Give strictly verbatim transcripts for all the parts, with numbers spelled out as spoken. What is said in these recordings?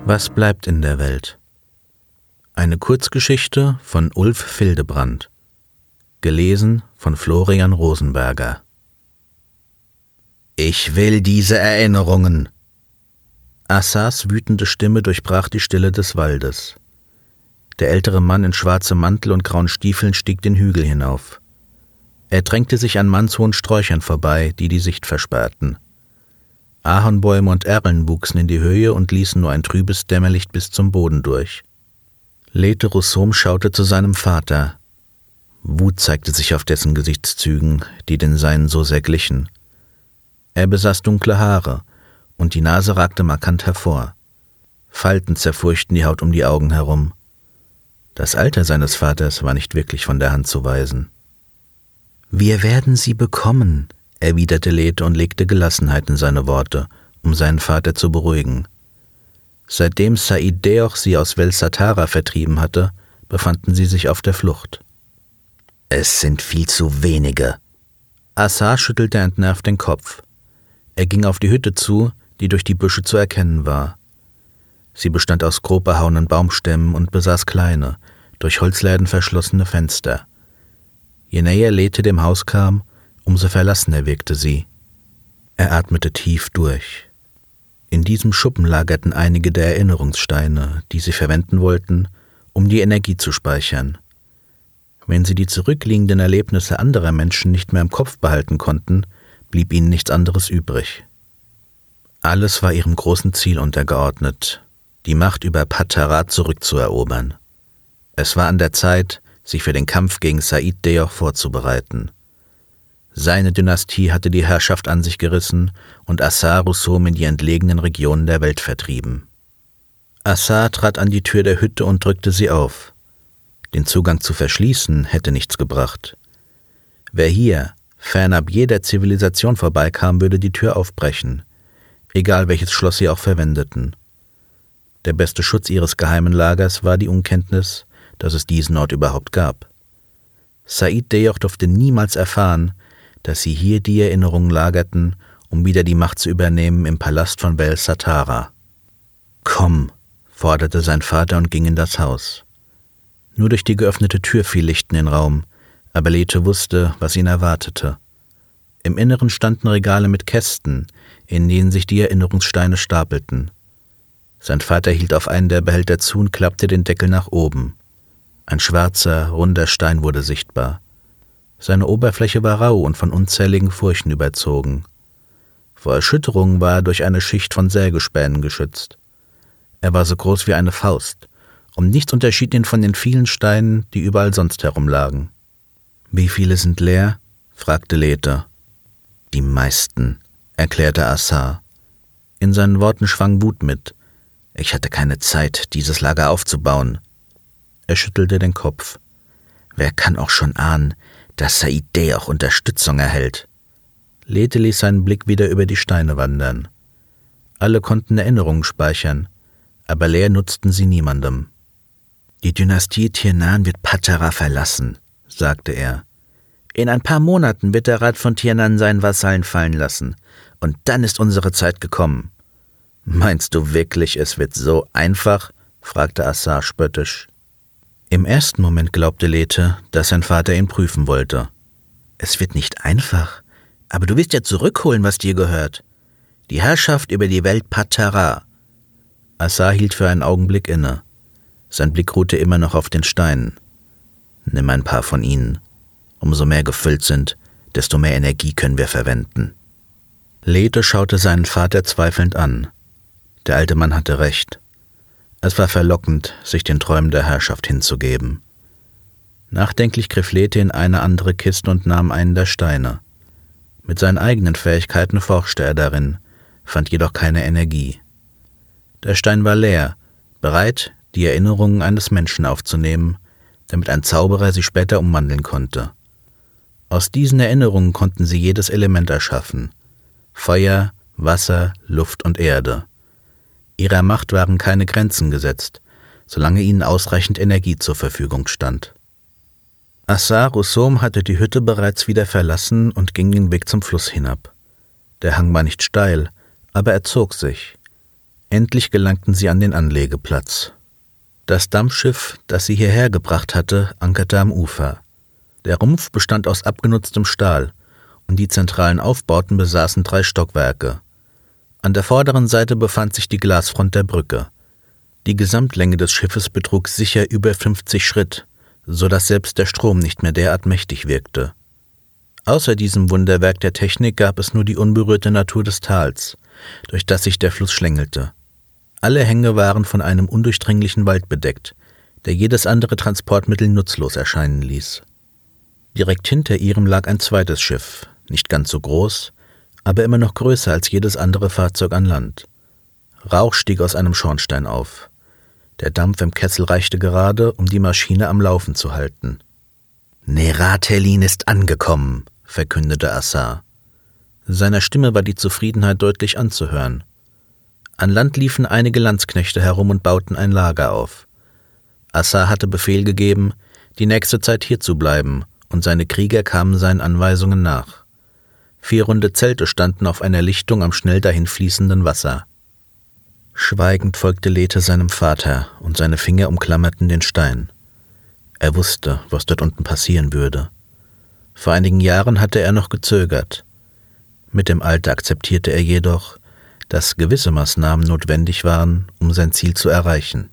Was bleibt in der Welt? Eine Kurzgeschichte von Ulf Hildebrand. Gelesen von Florian Rosenberger. Ich will diese Erinnerungen! Assars wütende Stimme durchbrach die Stille des Waldes. Der ältere Mann in schwarzem Mantel und grauen Stiefeln stieg den Hügel hinauf. Er drängte sich an mannshohen Sträuchern vorbei, die die Sicht versperrten. Ahornbäume und Erlen wuchsen in die Höhe und ließen nur ein trübes Dämmerlicht bis zum Boden durch. Lethe Rousseau schaute zu seinem Vater. Wut zeigte sich auf dessen Gesichtszügen, die den seinen so sehr glichen. Er besaß dunkle Haare, und die Nase ragte markant hervor. Falten zerfurchten die Haut um die Augen herum. Das Alter seines Vaters war nicht wirklich von der Hand zu weisen. »Wir werden sie bekommen«, erwiderte Lethe und legte Gelassenheit in seine Worte, um seinen Vater zu beruhigen. Seitdem Said Deoch sie aus Velsatara vertrieben hatte, befanden sie sich auf der Flucht. »Es sind viel zu wenige.« Assar schüttelte entnervt den Kopf. Er ging auf die Hütte zu, die durch die Büsche zu erkennen war. Sie bestand aus grob behauenen Baumstämmen und besaß kleine, durch Holzläden verschlossene Fenster. Je näher Lethe dem Haus kam, umso verlassener wirkte sie. Er atmete tief durch. In diesem Schuppen lagerten einige der Erinnerungssteine, die sie verwenden wollten, um die Energie zu speichern. Wenn sie die zurückliegenden Erlebnisse anderer Menschen nicht mehr im Kopf behalten konnten, blieb ihnen nichts anderes übrig. Alles war ihrem großen Ziel untergeordnet, die Macht über Pad-Tarat zurückzuerobern. Es war an der Zeit, sich für den Kampf gegen Said Deoch vorzubereiten. Seine Dynastie hatte die Herrschaft an sich gerissen und Assar Rousseau in die entlegenen Regionen der Welt vertrieben. Assar trat an die Tür der Hütte und drückte sie auf. Den Zugang zu verschließen hätte nichts gebracht. Wer hier, fernab jeder Zivilisation vorbeikam, würde die Tür aufbrechen, egal welches Schloss sie auch verwendeten. Der beste Schutz ihres geheimen Lagers war die Unkenntnis, dass es diesen Ort überhaupt gab. Said Deoch durfte niemals erfahren, dass sie hier die Erinnerungen lagerten, um wieder die Macht zu übernehmen im Palast von Velsatara. »Komm«, forderte sein Vater und ging in das Haus. Nur durch die geöffnete Tür fiel Licht in den Raum, aber Lethe wusste, was ihn erwartete. Im Inneren standen Regale mit Kästen, in denen sich die Erinnerungssteine stapelten. Sein Vater hielt auf einen der Behälter zu und klappte den Deckel nach oben. Ein schwarzer, runder Stein wurde sichtbar. Seine Oberfläche war rau und von unzähligen Furchen überzogen. Vor Erschütterungen war er durch eine Schicht von Sägespänen geschützt. Er war so groß wie eine Faust, und nichts unterschied ihn von den vielen Steinen, die überall sonst herumlagen. »Wie viele sind leer?« fragte Lethe. »Die meisten«, erklärte Assar. In seinen Worten schwang Wut mit. »Ich hatte keine Zeit, dieses Lager aufzubauen.« Er schüttelte den Kopf. »Wer kann auch schon ahnen, dass Said Deoch Unterstützung erhält?« Lethe ließ seinen Blick wieder über die Steine wandern. Alle konnten Erinnerungen speichern, aber leer nutzten sie niemandem. »Die Dynastie Tirnan wird Pad-Tarat verlassen«, sagte er. »In ein paar Monaten wird der Rat von Tirnan seinen Vasallen fallen lassen, und dann ist unsere Zeit gekommen.« »Meinst du wirklich, es wird so einfach?« fragte Assar spöttisch. Im ersten Moment glaubte Lethe, dass sein Vater ihn prüfen wollte. »Es wird nicht einfach, aber du wirst ja zurückholen, was dir gehört. Die Herrschaft über die Welt Pad-Tarat.« Assar hielt für einen Augenblick inne. Sein Blick ruhte immer noch auf den Steinen. »Nimm ein paar von ihnen. Umso mehr gefüllt sind, desto mehr Energie können wir verwenden.« Lethe schaute seinen Vater zweifelnd an. Der alte Mann hatte recht. Es war verlockend, sich den Träumen der Herrschaft hinzugeben. Nachdenklich griff Lethe in eine andere Kiste und nahm einen der Steine. Mit seinen eigenen Fähigkeiten forschte er darin, fand jedoch keine Energie. Der Stein war leer, bereit, die Erinnerungen eines Menschen aufzunehmen, damit ein Zauberer sie später umwandeln konnte. Aus diesen Erinnerungen konnten sie jedes Element erschaffen: Feuer, Wasser, Luft und Erde. Ihrer Macht waren keine Grenzen gesetzt, solange ihnen ausreichend Energie zur Verfügung stand. Assar Rousseau hatte die Hütte bereits wieder verlassen und ging den Weg zum Fluss hinab. Der Hang war nicht steil, aber er zog sich. Endlich gelangten sie an den Anlegeplatz. Das Dampfschiff, das sie hierher gebracht hatte, ankerte am Ufer. Der Rumpf bestand aus abgenutztem Stahl und die zentralen Aufbauten besaßen drei Stockwerke. An der vorderen Seite befand sich die Glasfront der Brücke. Die Gesamtlänge des Schiffes betrug sicher über fünfzig Schritt, so dass selbst der Strom nicht mehr derart mächtig wirkte. Außer diesem Wunderwerk der Technik gab es nur die unberührte Natur des Tals, durch das sich der Fluss schlängelte. Alle Hänge waren von einem undurchdringlichen Wald bedeckt, der jedes andere Transportmittel nutzlos erscheinen ließ. Direkt hinter ihrem lag ein zweites Schiff, nicht ganz so groß, aber immer noch größer als jedes andere Fahrzeug an Land. Rauch stieg aus einem Schornstein auf. Der Dampf im Kessel reichte gerade, um die Maschine am Laufen zu halten. »Nerathelin ist angekommen«, verkündete Assar. Seiner Stimme war die Zufriedenheit deutlich anzuhören. An Land liefen einige Landsknechte herum und bauten ein Lager auf. Assar hatte Befehl gegeben, die nächste Zeit hier zu bleiben, und seine Krieger kamen seinen Anweisungen nach. Vier runde Zelte standen auf einer Lichtung am schnell dahinfließenden Wasser. Schweigend folgte Lethe seinem Vater, und seine Finger umklammerten den Stein. Er wusste, was dort unten passieren würde. Vor einigen Jahren hatte er noch gezögert. Mit dem Alter akzeptierte er jedoch, dass gewisse Maßnahmen notwendig waren, um sein Ziel zu erreichen.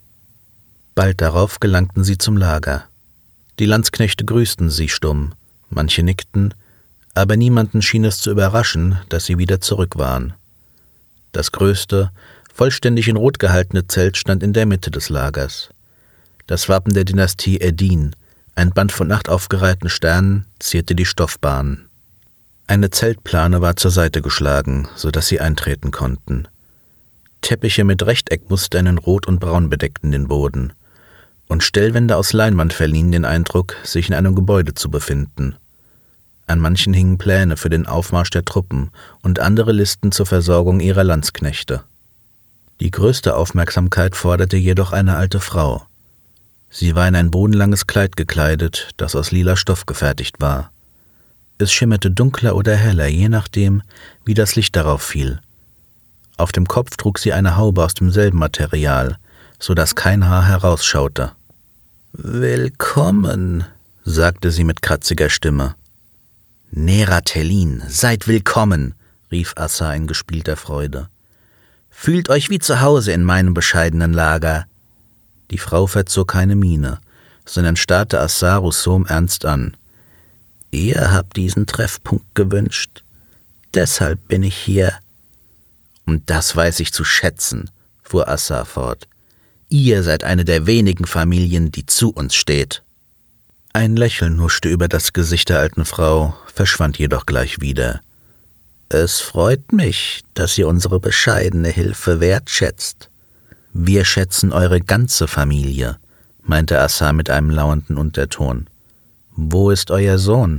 Bald darauf gelangten sie zum Lager. Die Landsknechte grüßten sie stumm, manche nickten, aber niemanden schien es zu überraschen, dass sie wieder zurück waren. Das größte, vollständig in Rot gehaltene Zelt stand in der Mitte des Lagers. Das Wappen der Dynastie Erdin, ein Band von acht aufgereihten Sternen, zierte die Stoffbahnen. Eine Zeltplane war zur Seite geschlagen, sodass sie eintreten konnten. Teppiche mit Rechteckmustern in Rot und Braun bedeckten den Boden, und Stellwände aus Leinwand verliehen den Eindruck, sich in einem Gebäude zu befinden. An manchen hingen Pläne für den Aufmarsch der Truppen und andere Listen zur Versorgung ihrer Landsknechte. Die größte Aufmerksamkeit forderte jedoch eine alte Frau. Sie war in ein bodenlanges Kleid gekleidet, das aus lila Stoff gefertigt war. Es schimmerte dunkler oder heller, je nachdem, wie das Licht darauf fiel. Auf dem Kopf trug sie eine Haube aus demselben Material, so dass kein Haar herausschaute. »Willkommen«, sagte sie mit kratziger Stimme. »Nerathelin, seid willkommen«, rief Assar in gespielter Freude. »Fühlt euch wie zu Hause in meinem bescheidenen Lager.« Die Frau verzog keine Miene, sondern starrte Assar Russom ernst an. »Ihr habt diesen Treffpunkt gewünscht. Deshalb bin ich hier.« »Und das weiß ich zu schätzen«, fuhr Assar fort. »Ihr seid eine der wenigen Familien, die zu uns steht.« Ein Lächeln huschte über das Gesicht der alten Frau, verschwand jedoch gleich wieder. »Es freut mich, dass ihr unsere bescheidene Hilfe wertschätzt.« »Wir schätzen eure ganze Familie«, meinte Assar mit einem lauernden Unterton. »Wo ist euer Sohn?«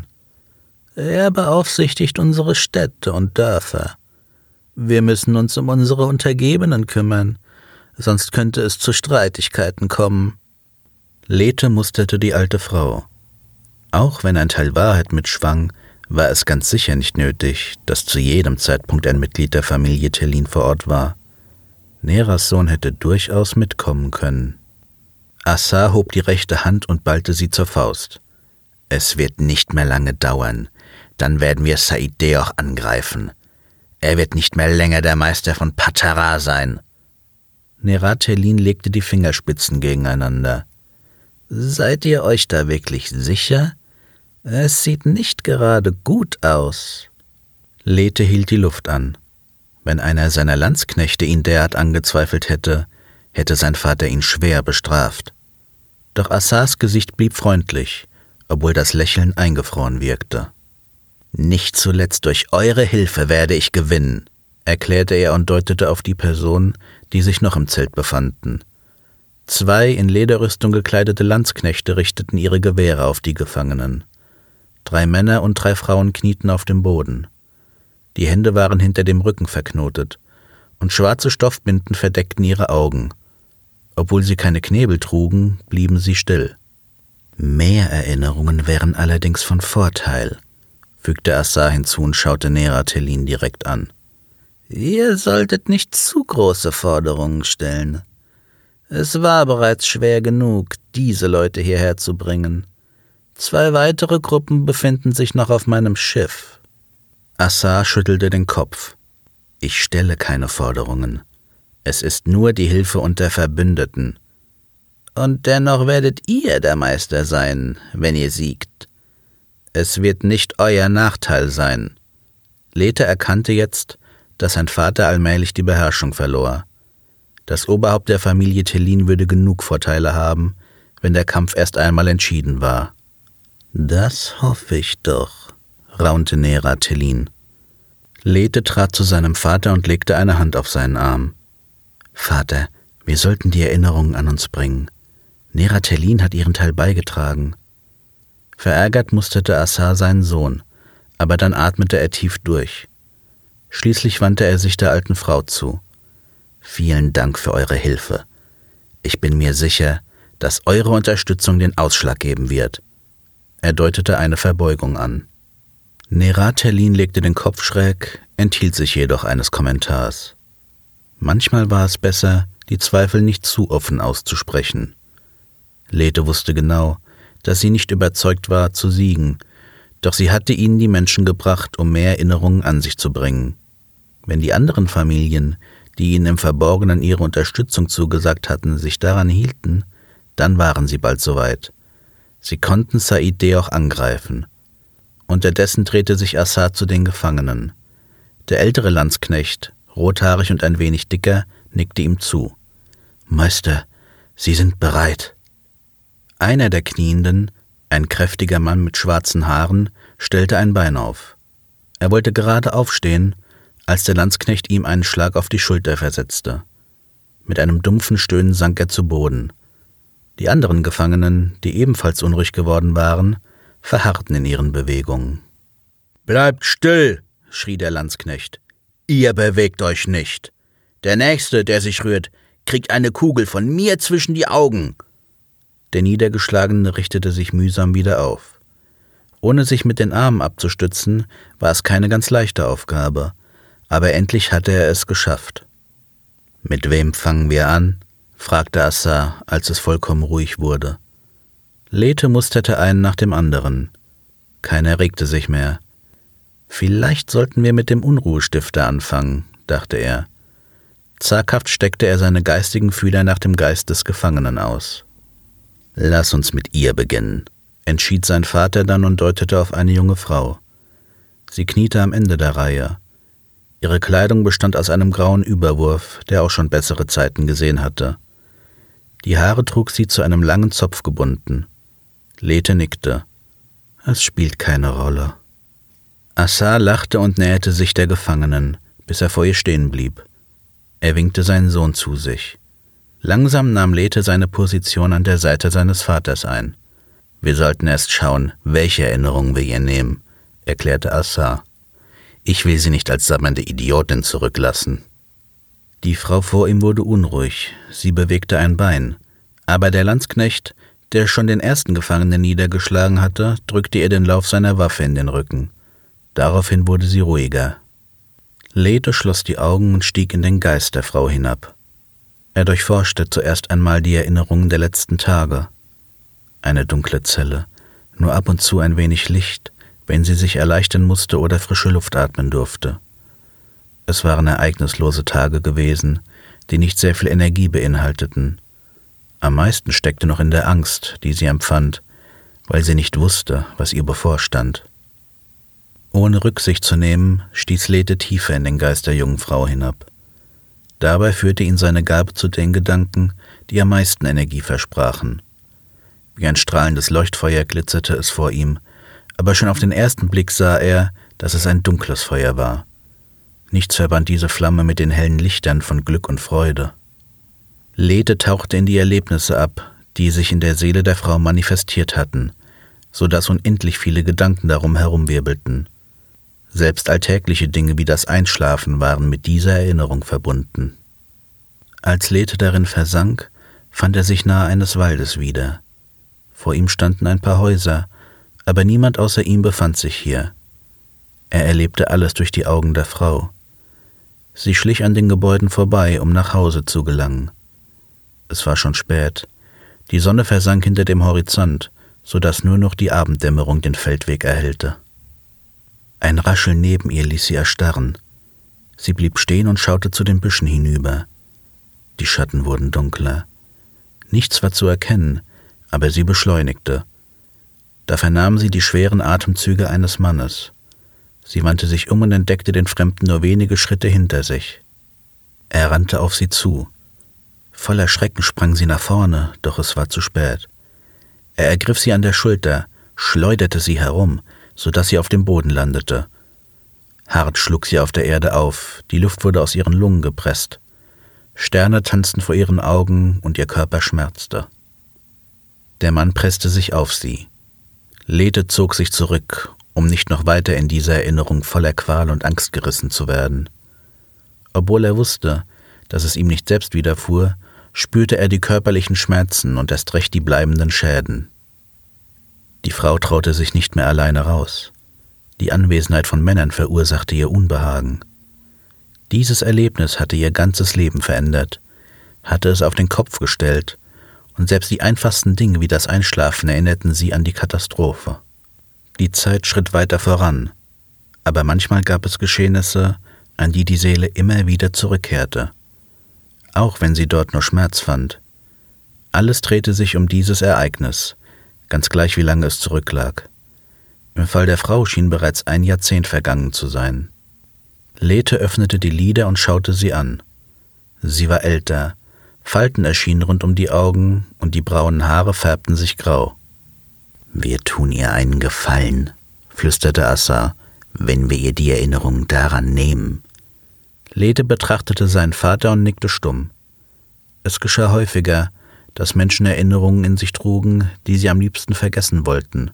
»Er beaufsichtigt unsere Städte und Dörfer. Wir müssen uns um unsere Untergebenen kümmern, sonst könnte es zu Streitigkeiten kommen.« Lethe musterte die alte Frau. Auch wenn ein Teil Wahrheit mitschwang, war es ganz sicher nicht nötig, dass zu jedem Zeitpunkt ein Mitglied der Familie Thelin vor Ort war. Neras Sohn hätte durchaus mitkommen können. Assar hob die rechte Hand und ballte sie zur Faust. »Es wird nicht mehr lange dauern. Dann werden wir Said Deoch angreifen. Er wird nicht mehr länger der Meister von Patara sein.« Nerathelin legte die Fingerspitzen gegeneinander. »Seid ihr euch da wirklich sicher? Es sieht nicht gerade gut aus.« Lethe hielt die Luft an. Wenn einer seiner Landsknechte ihn derart angezweifelt hätte, hätte sein Vater ihn schwer bestraft. Doch Assars Gesicht blieb freundlich, obwohl das Lächeln eingefroren wirkte. »Nicht zuletzt durch eure Hilfe werde ich gewinnen«, erklärte er und deutete auf die Personen, die sich noch im Zelt befanden. Zwei in Lederrüstung gekleidete Landsknechte richteten ihre Gewehre auf die Gefangenen. Drei Männer und drei Frauen knieten auf dem Boden. Die Hände waren hinter dem Rücken verknotet, und schwarze Stoffbinden verdeckten ihre Augen. Obwohl sie keine Knebel trugen, blieben sie still. »Mehr Erinnerungen wären allerdings von Vorteil«, fügte Assar hinzu und schaute Nerathelin direkt an. Ihr solltet nicht zu große Forderungen stellen. Es war bereits schwer genug, diese Leute hierher zu bringen. Zwei weitere Gruppen befinden sich noch auf meinem Schiff. Assar schüttelte den Kopf. Ich stelle keine Forderungen. Es ist nur die Hilfe unter Verbündeten. Und dennoch werdet ihr der Meister sein, wenn ihr siegt. Es wird nicht euer Nachteil sein. Lethe erkannte jetzt, dass sein Vater allmählich die Beherrschung verlor. Das Oberhaupt der Familie Tellin würde genug Vorteile haben, wenn der Kampf erst einmal entschieden war. »Das hoffe ich doch«, raunte Nera Tellin. Lethe trat zu seinem Vater und legte eine Hand auf seinen Arm. »Vater, wir sollten die Erinnerungen an uns bringen. Nera Tellin hat ihren Teil beigetragen.« Verärgert musterte Assar seinen Sohn, aber dann atmete er tief durch. Schließlich wandte er sich der alten Frau zu. »Vielen Dank für eure Hilfe. Ich bin mir sicher, dass eure Unterstützung den Ausschlag geben wird.« Er deutete eine Verbeugung an. Nera Tellin legte den Kopf schräg, enthielt sich jedoch eines Kommentars. Manchmal war es besser, die Zweifel nicht zu offen auszusprechen. Lethe wusste genau, dass sie nicht überzeugt war, zu siegen, doch sie hatte ihnen die Menschen gebracht, um mehr Erinnerungen an sich zu bringen. Wenn die anderen Familien, die ihnen im Verborgenen ihre Unterstützung zugesagt hatten, sich daran hielten, dann waren sie bald soweit. Sie konnten Said Deoch angreifen. Unterdessen drehte sich Assar zu den Gefangenen. Der ältere Landsknecht, rothaarig und ein wenig dicker, nickte ihm zu. »Meister, Sie sind bereit.« Einer der Knienden, ein kräftiger Mann mit schwarzen Haaren, stellte ein Bein auf. Er wollte gerade aufstehen, als der Landsknecht ihm einen Schlag auf die Schulter versetzte. Mit einem dumpfen Stöhnen sank er zu Boden. Die anderen Gefangenen, die ebenfalls unruhig geworden waren, verharrten in ihren Bewegungen. »Bleibt still«, schrie der Landsknecht. »Ihr bewegt euch nicht. Der Nächste, der sich rührt, kriegt eine Kugel von mir zwischen die Augen.« Der Niedergeschlagene richtete sich mühsam wieder auf. Ohne sich mit den Armen abzustützen, war es keine ganz leichte Aufgabe, aber endlich hatte er es geschafft. »Mit wem fangen wir an?« fragte Assar, als es vollkommen ruhig wurde. Lethe musterte einen nach dem anderen. Keiner regte sich mehr. »Vielleicht sollten wir mit dem Unruhestifter anfangen«, dachte er. Zaghaft steckte er seine geistigen Fühler nach dem Geist des Gefangenen aus. »Lass uns mit ihr beginnen«, entschied sein Vater dann und deutete auf eine junge Frau. Sie kniete am Ende der Reihe. Ihre Kleidung bestand aus einem grauen Überwurf, der auch schon bessere Zeiten gesehen hatte. Die Haare trug sie zu einem langen Zopf gebunden. Lethe nickte. »Es spielt keine Rolle.« Assar lachte und näherte sich der Gefangenen, bis er vor ihr stehen blieb. Er winkte seinen Sohn zu sich. Langsam nahm Lethe seine Position an der Seite seines Vaters ein. »Wir sollten erst schauen, welche Erinnerungen wir ihr nehmen«, erklärte Assar. »Ich will sie nicht als sabbernde Idiotin zurücklassen.« Die Frau vor ihm wurde unruhig, sie bewegte ein Bein, aber der Landsknecht, der schon den ersten Gefangenen niedergeschlagen hatte, drückte ihr den Lauf seiner Waffe in den Rücken. Daraufhin wurde sie ruhiger. Lethe schloss die Augen und stieg in den Geist der Frau hinab. Er durchforschte zuerst einmal die Erinnerungen der letzten Tage. Eine dunkle Zelle, nur ab und zu ein wenig Licht, wenn sie sich erleichtern musste oder frische Luft atmen durfte. Es waren ereignislose Tage gewesen, die nicht sehr viel Energie beinhalteten. Am meisten steckte noch in der Angst, die sie empfand, weil sie nicht wusste, was ihr bevorstand. Ohne Rücksicht zu nehmen, stieß Lethe tiefer in den Geist der jungen Frau hinab. Dabei führte ihn seine Gabe zu den Gedanken, die am meisten Energie versprachen. Wie ein strahlendes Leuchtfeuer glitzerte es vor ihm, aber schon auf den ersten Blick sah er, dass es ein dunkles Feuer war. Nichts verband diese Flamme mit den hellen Lichtern von Glück und Freude. Lethe tauchte in die Erlebnisse ab, die sich in der Seele der Frau manifestiert hatten, so dass unendlich viele Gedanken darum herumwirbelten. Selbst alltägliche Dinge wie das Einschlafen waren mit dieser Erinnerung verbunden. Als Lethe darin versank, fand er sich nahe eines Waldes wieder. Vor ihm standen ein paar Häuser, aber niemand außer ihm befand sich hier. Er erlebte alles durch die Augen der Frau. Sie schlich an den Gebäuden vorbei, um nach Hause zu gelangen. Es war schon spät. Die Sonne versank hinter dem Horizont, so dass nur noch die Abenddämmerung den Feldweg erhellte. Ein Rascheln neben ihr ließ sie erstarren. Sie blieb stehen und schaute zu den Büschen hinüber. Die Schatten wurden dunkler. Nichts war zu erkennen, aber sie beschleunigte. Da vernahm sie die schweren Atemzüge eines Mannes. Sie wandte sich um und entdeckte den Fremden nur wenige Schritte hinter sich. Er rannte auf sie zu. Voller Schrecken sprang sie nach vorne, doch es war zu spät. Er ergriff sie an der Schulter, schleuderte sie herum, so dass sie auf dem Boden landete. Hart schlug sie auf der Erde auf, die Luft wurde aus ihren Lungen gepresst. Sterne tanzten vor ihren Augen und ihr Körper schmerzte. Der Mann presste sich auf sie. Lethe zog sich zurück, um nicht noch weiter in dieser Erinnerung voller Qual und Angst gerissen zu werden. Obwohl er wusste, dass es ihm nicht selbst widerfuhr, spürte er die körperlichen Schmerzen und erst recht die bleibenden Schäden. Die Frau traute sich nicht mehr alleine raus. Die Anwesenheit von Männern verursachte ihr Unbehagen. Dieses Erlebnis hatte ihr ganzes Leben verändert, hatte es auf den Kopf gestellt, und selbst die einfachsten Dinge wie das Einschlafen erinnerten sie an die Katastrophe. Die Zeit schritt weiter voran, aber manchmal gab es Geschehnisse, an die die Seele immer wieder zurückkehrte, auch wenn sie dort nur Schmerz fand. Alles drehte sich um dieses Ereignis, ganz gleich wie lange es zurücklag. Im Fall der Frau schien bereits ein Jahrzehnt vergangen zu sein. Lethe öffnete die Lider und schaute sie an. Sie war älter, Falten erschienen rund um die Augen und die braunen Haare färbten sich grau. »Wir tun ihr einen Gefallen«, flüsterte Assar, »wenn wir ihr die Erinnerung daran nehmen.« Lethe betrachtete seinen Vater und nickte stumm. Es geschah häufiger, dass Menschen Erinnerungen in sich trugen, die sie am liebsten vergessen wollten.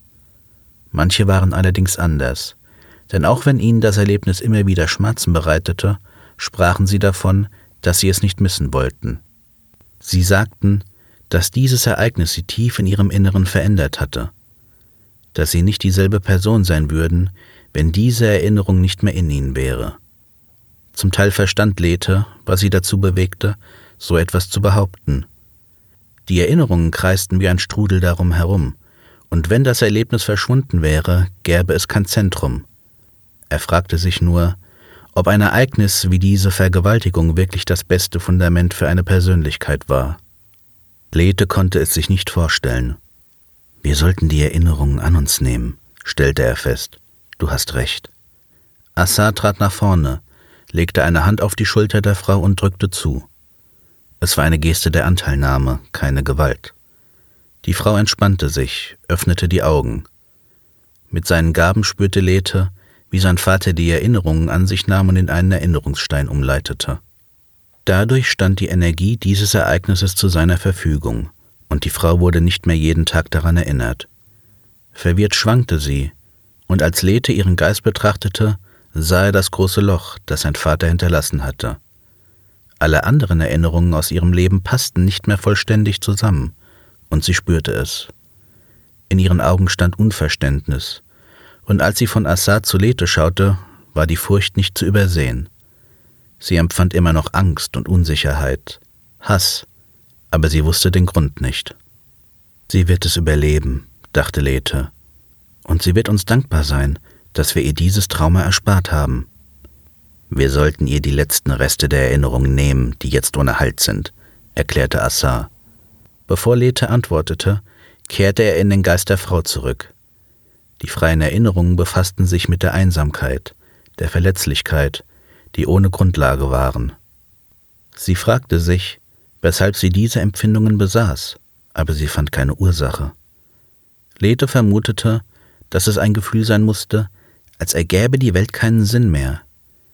Manche waren allerdings anders, denn auch wenn ihnen das Erlebnis immer wieder Schmerzen bereitete, sprachen sie davon, dass sie es nicht missen wollten. Sie sagten, dass dieses Ereignis sie tief in ihrem Inneren verändert hatte, dass sie nicht dieselbe Person sein würden, wenn diese Erinnerung nicht mehr in ihnen wäre. Zum Teil verstand Lethe, was sie dazu bewegte, so etwas zu behaupten. Die Erinnerungen kreisten wie ein Strudel darum herum, und wenn das Erlebnis verschwunden wäre, gäbe es kein Zentrum. Er fragte sich nur, ob ein Ereignis wie diese Vergewaltigung wirklich das beste Fundament für eine Persönlichkeit war. Lethe konnte es sich nicht vorstellen. »Wir sollten die Erinnerungen an uns nehmen«, stellte er fest. »Du hast recht.« Assar trat nach vorne, legte eine Hand auf die Schulter der Frau und drückte zu. Es war eine Geste der Anteilnahme, keine Gewalt. Die Frau entspannte sich, öffnete die Augen. Mit seinen Gaben spürte Lethe, wie sein Vater die Erinnerungen an sich nahm und in einen Erinnerungsstein umleitete. Dadurch stand die Energie dieses Ereignisses zu seiner Verfügung, und die Frau wurde nicht mehr jeden Tag daran erinnert. Verwirrt schwankte sie, und als Lethe ihren Geist betrachtete, sah er das große Loch, das sein Vater hinterlassen hatte. Alle anderen Erinnerungen aus ihrem Leben passten nicht mehr vollständig zusammen, und sie spürte es. In ihren Augen stand Unverständnis, und als sie von Assar zu Lethe schaute, war die Furcht nicht zu übersehen. Sie empfand immer noch Angst und Unsicherheit, Hass, aber sie wusste den Grund nicht. »Sie wird es überleben«, dachte Lethe, »und sie wird uns dankbar sein, dass wir ihr dieses Trauma erspart haben. Wir sollten ihr die letzten Reste der Erinnerungen nehmen, die jetzt ohne Halt sind«, erklärte Assar. Bevor Lethe antwortete, kehrte er in den Geist der Frau zurück. Die freien Erinnerungen befassten sich mit der Einsamkeit, der Verletzlichkeit, die ohne Grundlage waren. Sie fragte sich, weshalb sie diese Empfindungen besaß, aber sie fand keine Ursache. Lethe vermutete, dass es ein Gefühl sein musste, als ergäbe die Welt keinen Sinn mehr.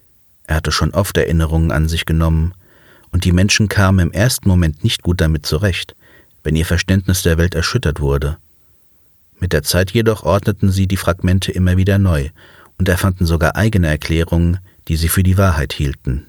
Er hatte schon oft Erinnerungen an sich genommen, und die Menschen kamen im ersten Moment nicht gut damit zurecht, wenn ihr Verständnis der Welt erschüttert wurde. Mit der Zeit jedoch ordneten sie die Fragmente immer wieder neu und erfanden sogar eigene Erklärungen, die sie für die Wahrheit hielten.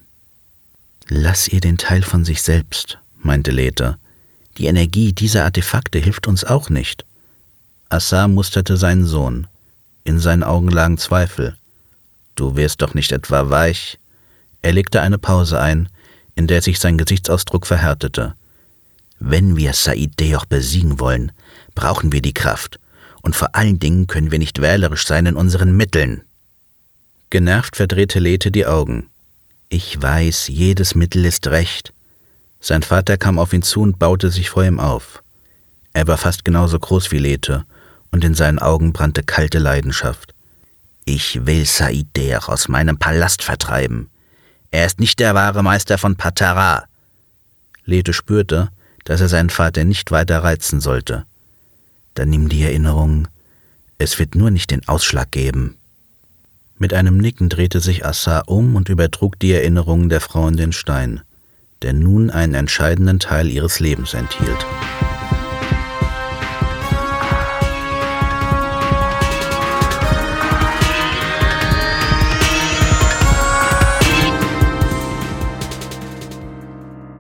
»Lass ihr den Teil von sich selbst«, meinte Lethe. »Die Energie dieser Artefakte hilft uns auch nicht.« Assar musterte seinen Sohn. In seinen Augen lagen Zweifel. »Du wirst doch nicht etwa weich?« Er legte eine Pause ein, in der sich sein Gesichtsausdruck verhärtete. »Wenn wir Saideh besiegen wollen, brauchen wir die Kraft. Und vor allen Dingen können wir nicht wählerisch sein in unseren Mitteln.« Genervt verdrehte Lethe die Augen. »Ich weiß, jedes Mittel ist recht.« Sein Vater kam auf ihn zu und baute sich vor ihm auf. Er war fast genauso groß wie Lethe, und in seinen Augen brannte kalte Leidenschaft. »Ich will Saideh aus meinem Palast vertreiben. Er ist nicht der wahre Meister von Patara.« Lethe spürte, dass er seinen Vater nicht weiter reizen sollte. »Dann nimm die Erinnerung. Es wird nur nicht den Ausschlag geben.« Mit einem Nicken drehte sich Assar um und übertrug die Erinnerungen der Frau in den Stein, der nun einen entscheidenden Teil ihres Lebens enthielt.